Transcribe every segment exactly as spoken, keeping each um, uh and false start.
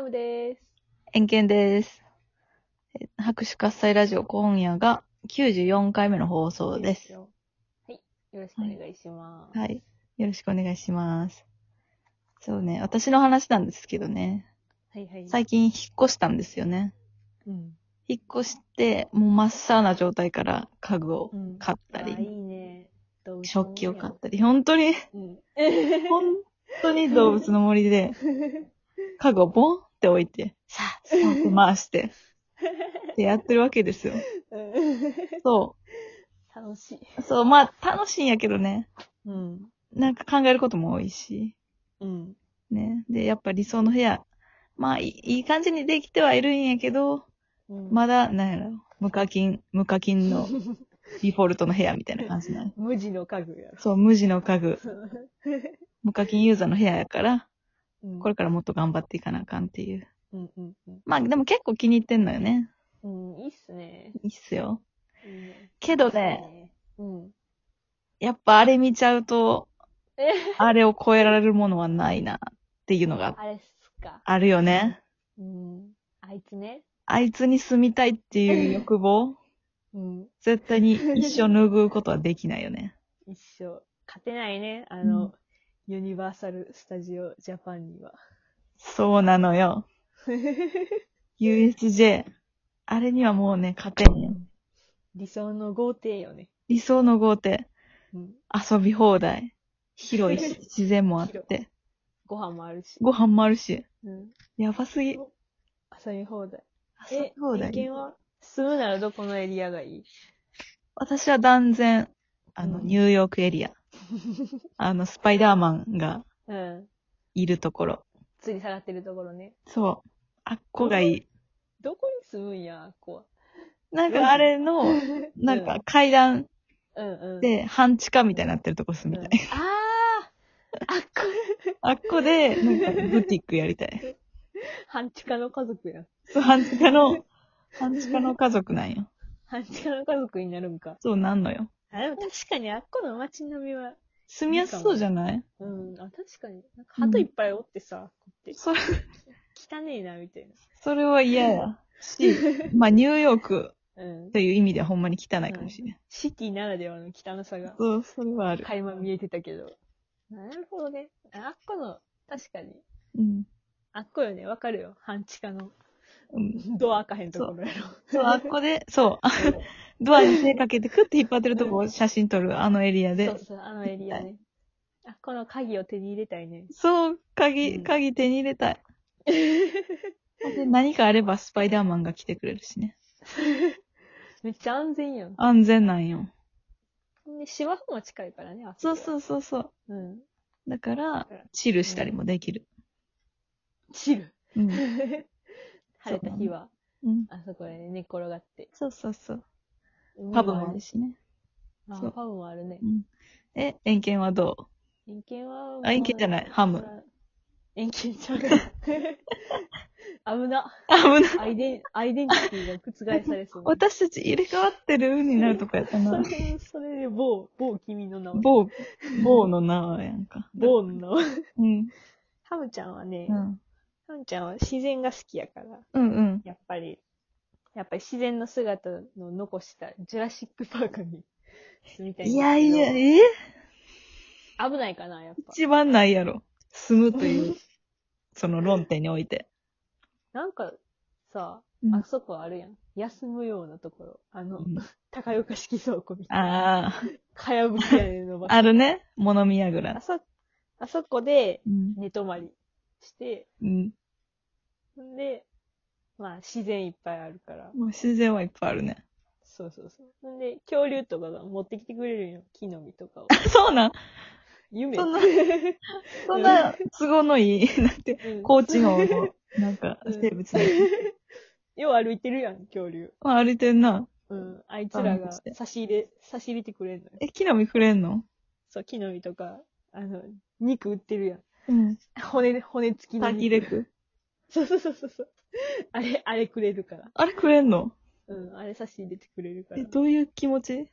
ムです。 偏見です。拍手喝采ラジオ今夜がきゅうじゅうよんかいめの放送です。 はい。よろしくお願いします。 はい。はい、よろしくお願いします。そうね、私の話なんですけどね。 はいはい。 最近引っ越したんですよね。 うん。 引っ越して、もう真っ青な状態から家具を買ったり、 うん、あ、いいね。 食器を買ったり、本当に、うん、本当に動物の森で、家具をボンって置いて、さあ、さあって回して、ってやってるわけですよ。そう。 楽しい。そう、まあ、楽しいんやけどね。 うん。 なんか考えることも多いし。 うん。 ね。で、やっぱ理想の部屋、まあいい、いい感じにできてはいるんやけど、うん、まだ、なんやろ、無課金、無課金のデフォルトの部屋みたいな感じなの。 無地の家具やろ。 そう、無地の家具。無課金ユーザーの部屋やから、うん、これからもっと頑張っていかなあかんっていう。うんうんうん、まあ、でも結構気に入ってんのよね。 うん、いいっすね。 いいっすよ。 いいね、 けどね、うん、やっぱあれ見ちゃうと、あれを超えられるものはないなっていうのがあれっすか。 あるよね。 うん。あいつね。 あいつに住みたいっていう欲望、うん、絶対に一生拭うことはできないよね。 一生。勝てないね。あの、うん、ユニバーサル・スタジオ・ジャパンには。 そうなのよ。ユーエスジェー。あれにはもうね、勝てんよ。 理想の豪邸よね。 理想の豪邸。うん、遊び放題。広いし、自然もあって。 ご飯もあるし。 ご飯もあるし。うん、やばすぎ。 遊び放題。 遊び放題。 え、偏見は住むならどこのエリアがいい？ 私は断然、あの、うん、ニューヨークエリア。あの、スパイダーマンが、いるところ。 吊り下がってるところね。 そう。あっこがいい。 どこに住むんや、あっこは。 なんかあれの、なんか階段で半地下みたいになってるとこ住みたい。 うんうん、あああっこ。 あっこで、なんかブティックやりたい。 半地下の家族やん。 そう、半地下の、半地下の家族なんよ。 半地下の家族になるんか。 そうなんのよ。 あ、でも確かにあっこの街並みは。 住みやすそうじゃない？ うん。あ、確かに。なんか鳩いっぱいおってさ、うん、こって。 それ、 汚ねえな、みたいな。 それは嫌や。し、まあニューヨークっていう意味ではほんまに汚いかもしれん。うん、 シティならではの汚さが。 そう、それはある。 垣間見えてたけど。なるほどね。あっこの、確かに。 うん。 あっこよね、わかるよ。半地下の。うん、ドア開かへんところやろ。 そう、あっこで、そう。ドアに手かけてクッて引っ張ってるとこを写真撮る、あのエリアで。 そうそう、あのエリアね。あ、この鍵を手に入れたいね。 そう、鍵、うん、鍵手に入れたい。で何かあればスパイダーマンが来てくれるしね。 めっちゃ安全やん。 安全なんよ。 で、芝生も近いからね、あそそうそうそうそう。うん。だから、チルしたりもできる。 うん、チルうん。晴れた日は、うん、あそこで寝転がって。 そうそうそう。パブもあるしね。 あ、パブもあるね。 うん、え、遠見はどう？ 遠見は、 あ、遠見じゃない、ハム。 遠見じゃない。危な。 危な。 アイデン、アイデンティティが覆されそう。 私たち入れ替わってるになるとかやったな。 それ、それで、某、某君の名は。 某、某の名はやんか。 某の名は。 うん。 ハムちゃんはね、うん、ハムちゃんは自然が好きやから。 うんうん。 やっぱり、やっぱり自然の姿の残したジュラシックパークに住みたいんですけど。いやいや、え危ないかな、やっぱ。 一番ないやろ。住むという、その論点において。 なんか、さ、うん、あそこあるやん。休むようなところ。あの、うん、高岡式倉庫みたいな。ああ。かやぶき屋根の場所。 あるね。物見櫓。 あそ、あそこで、寝泊まりして、うん。んで、まあ、自然いっぱいあるから。 もう自然はいっぱいあるね。 そうそうそう。んで、恐竜とかが持ってきてくれるんよ。木の実とかを。 そうなん？ 夢。 そんな、そんな都合のいい、なんて、うん、高知の、なんか、生物だ、うん、 よう歩いてるやん、恐竜。 あ、歩いてんな。 うん。あいつらが差し入れ、差し入れてくれんのよ。 え、木の実くれんの？ そう、木の実とか、あの、肉売ってるやん。 うん。 骨、骨付きの肉。 ターキーレッグ。 そうそうそうそう。あれ、あれくれるから。 あれくれんの？ うん、あれ差し入れてくれるから。 え、どういう気持ち？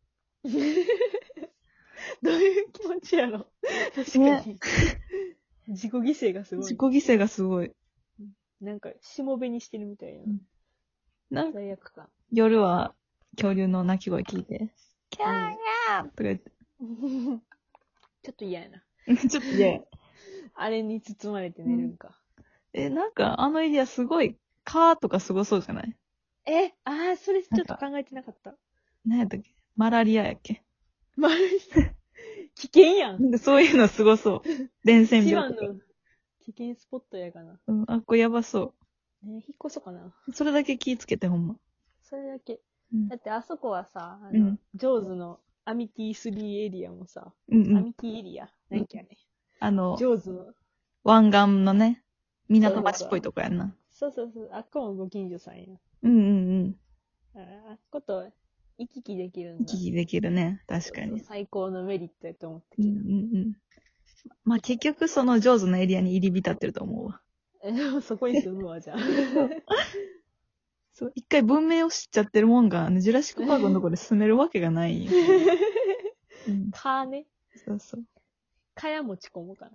どういう気持ちやろ？確かに。ね、自己犠牲がすごい。 自己犠牲がすごい。 なんか、しもべにしてるみたいな。 うん、なんか、 罪悪感。 夜は恐竜の鳴き声聞いて、キャーキャーとか言って。 ちょっと嫌やな。 ちょっと嫌や。 あれに包まれて寝るんか。 うん、え、なんか、あのエリアすごい、カーとかすごそうじゃない？ え、ああ、それちょっと考えてなかった。 何やったっけ？マラリアやっけ？ マラリア。危険やん。 そういうのすごそう。伝染一病とか。 番の危険スポットやかな。 うん、あっこやばそね、引っ越そうかな。 う。それだけ気ぃつけて、ほんま。 それだけ。 うん、 だってあそこはさ、あの、 うん、 ジョーズのアミティスリーエリアもさ、 うんうん、 アミティエリア何やっけあれ。 あの、 ジョーズの。 湾岸のね、港町っぽいとこやんな。 そうそうそう。あっこもご近所さんや。 うんうんうん。 ああっこと行き来できるんだ。 行き来できるね。確かに。そうそう、 最高のメリットやと思ってきた。うんうんうん。まあ結局そのジョーズのエリアに入り浸ってると思うわ。 え、でもそこに住むわ、じゃあ。 そう、一回文明を知っちゃってるもんが、あの、ジュラシックパークのとこで住めるわけがないんよ。うん、 かね。 そうそう。 かや持ち込もうかな。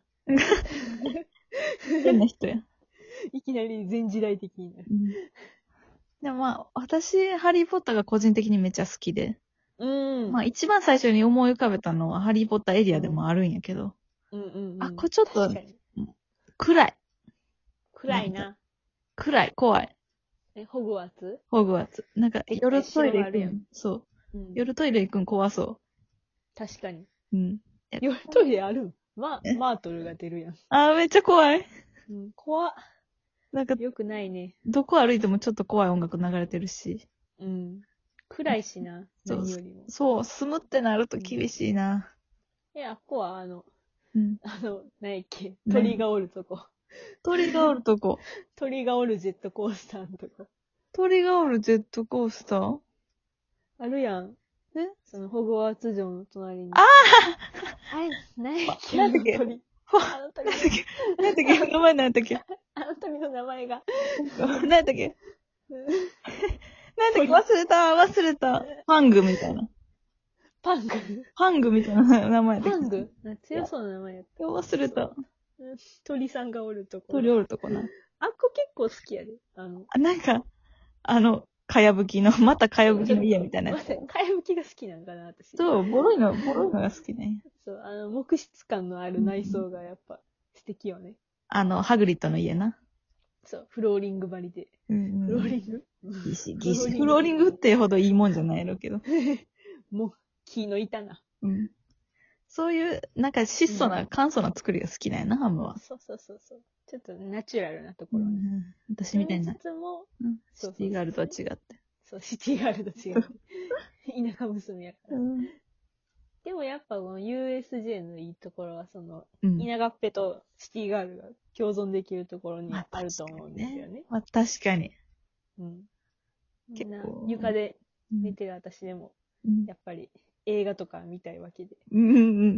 変な人や。 いきなり全時代的になる。 うん、でもまあ、私、ハリーポッターが個人的にめっちゃ好きで。 うん。 まあ一番最初に思い浮かべたのはハリーポッターエリアでもあるんやけど。 うんうんうん。 あ、これちょっと、暗い。 暗いな。 暗い、怖い。 え、ホグワーツ？ ホグワーツ。なんか、夜トイレ行くん。 そう、 うん。 夜トイレ行くん怖そう。確かに。 うん。 夜トイレあるん？ま、マートルが出るやん。 あー、めっちゃ怖い。 うん、怖っ。 なんか、 よくないね。 どこ歩いてもちょっと怖い音楽流れてるし。 うん。暗いしな。何よりも。 そう、住むってなると厳しいな。 うん、え、あっこはあの、 うん。 あの、何やっけ、鳥がおるとこ。 鳥がおるとこ。 鳥がおるジェットコースターのとこ。 鳥がおるジェットコースターあるやん。 えその、ホグワーツ城の隣に。 あああれ、何やっけ、 なんだっけ、 鳥。あの鳥。 なんだっけ、なんだっけ、名前なんだっけ。 あの鳥の名前が。 なんだっけ。なんだっけ、忘れた、忘れた。パングみたいな。 パングパングみたいな名前パング強そうな名前やった。 忘れた。 鳥さんがおるとこ。 鳥おるとこな。 あっこ結構好きやで。あの。 あ、なんか、あの、かやぶきの、またかやぶきの家みたいな。 かやぶきが好きなんかな、私。 そう、ボロいの、ボロいのが好きね。 そう、あの、木質感のある内装がやっぱ素敵よね。 あの、ハグリッドの家な。 そう、フローリング張りで。 うんうん、 フローリングギシ、ギシ。フローリングってほどいいもんじゃないのけど。 もう、木の板な。 うん。そういう、なんか質素な、うん、簡素な作りが好きなんやな、ハムは。 そうそうそうそう。ちょっとナチュラルなところ、ね。 うん、私みたいな。 つつも、 うん、シティガールとは違って。 そう、シティガールと違って。田舎娘やから。うん、でもやっぱこの ユーエスジェー のいいところは、その、うん、稲がっぺとシティガールが共存できるところにあると思うんですよね。 まあ確かに。 うん。結構。床で寝てる私でも、うん、やっぱり映画とか見たいわけで。 うんうん。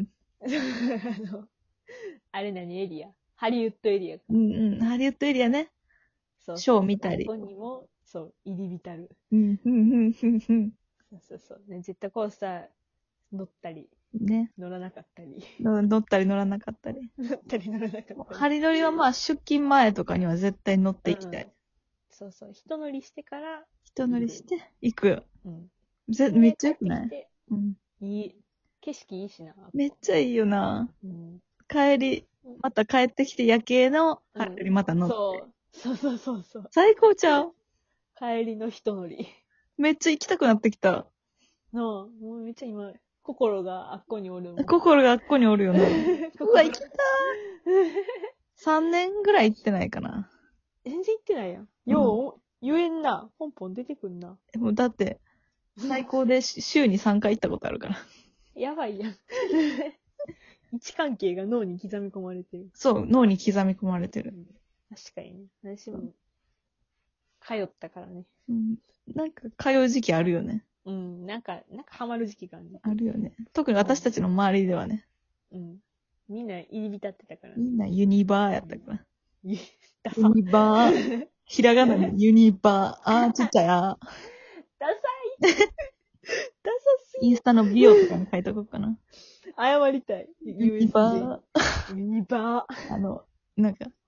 あの、あれ何エリアハリウッドエリアか。 うんうん。ハリウッドエリアね。そう。ショー見たり。 そこにも、そう、入り浸る。 うん、うん、うん、うん、うん。 そうそうそう。ね、ジェットコースター乗ったり。 ね。 乗らなかったり。 乗ったり乗らなかったり。 乗ったり乗らなかったり。 ハリドリはまあ出勤前とかには絶対乗っていきたい。うん、 そうそう。人乗りしてから。 人乗りして行く。うん。ぜめっちゃ良くない？ うん。いい。景色いいしな。 めっちゃいいよな。うん、帰り、また帰ってきて夜景のハリドリまた乗って、 うん。そう。そうそうそうそう。 最高ちゃう？ 帰りの人乗り。 めっちゃ行きたくなってきた。 なあ、もうめっちゃ今、心があっこにおるもん。 心があっこにおるよね。うわ、行きたー。さんねんぐらい行ってないかな。 全然行ってないやん。よう、うん、言えんな。ポンポン出てくんな。 もうだって、最高で週にさんかい行ったことあるから。 やばいやん。位置関係が脳に刻み込まれてる。 そう、脳に刻み込まれてる。 うん、確かにね。私も、通ったからね。 うん。なんか、通う時期あるよね。 うん。なんか、なんかハマる時期があるね。 あるよね。特に私たちの周りではね。 うん。みんな入り浸ってたからね。 みんなユニバーやったから。 ユニバー。ひらがなでユニバー。あー、ちっちゃいあー。 ダサい。ダサすぎ。 インスタの美容とかに書いとこうかな。 謝りたい。 ユニバー。 ユニバー。 あの、なんか、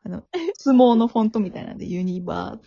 あの、相撲のフォントみたいなんで、ユニバーって。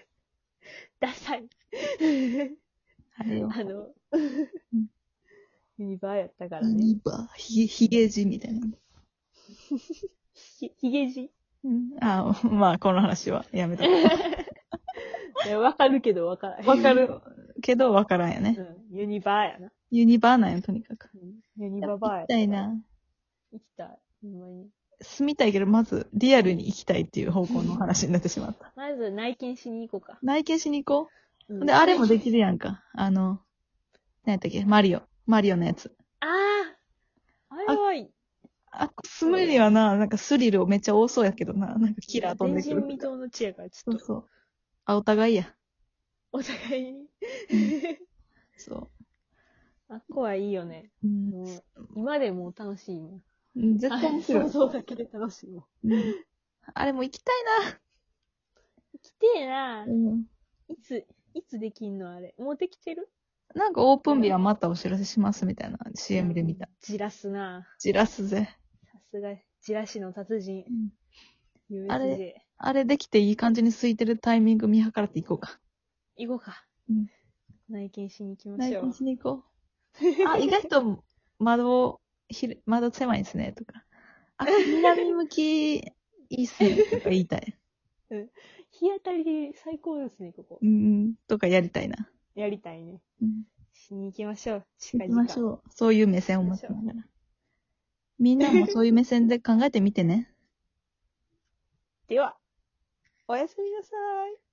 ダサい。 あれよ。 あの、ユニバーやったからね。 ユニバー、ひ、ひげじみたいな。 ひ、ひげじうん、あ、まあ、この話はやめとく。 いや、わかるけどわからん。 わかるけどわからんよね。 うん。ユニバーやな。 ユニバーなんよ、とにかく。 うん、ユニババーや行きたいな。 行きたい。ほんまに。 住みたいけど、まず、リアルに行きたいっていう方向の話になってしまった。 まず内見しに行こうか。 内見しに行こう。 うん、 で、あれもできるやんか。あの、何やったっけマリオ。マリオのやつ。 あああれはいい。 あ、住むにはな、なんかスリルめっちゃ多そうやけどな。なんかキラー飛んでくる。 前人未到の地やから、ちょっと。 そうそう。あ、お互いや。 お互いに。 そう。 あっこはいいよね。 うん、 もう今でも楽しいもん。 うん、絶対面白い。 想像だけで楽しいもん。 うん、あれも行きたいな。 行きてえな、 うん。いつ、いつできんのあれ。もうできてる？ なんかオープン日はまたお知らせしますみたいな シーエム で見た。 じらすな。 じらすぜ。 さすが、じらしの達人。 うん、あれ、あれできていい感じに空いてるタイミング見計らっていこうか。 行こうか。 うん。 内見しに行きましょう。 内見しに行こう。あ、意外と窓、ひ窓狭いですね、とか。あ、南向き、いいっすね、とか言いたい。 うん。日当たりで最高ですね、ここ。 うん、とかやりたいな。 やりたいね。 うん。 しに行きましょう。 近々。行きましょう。そういう目線を持ちながら。みんなもそういう目線で考えてみてね。 では、おやすみなさい。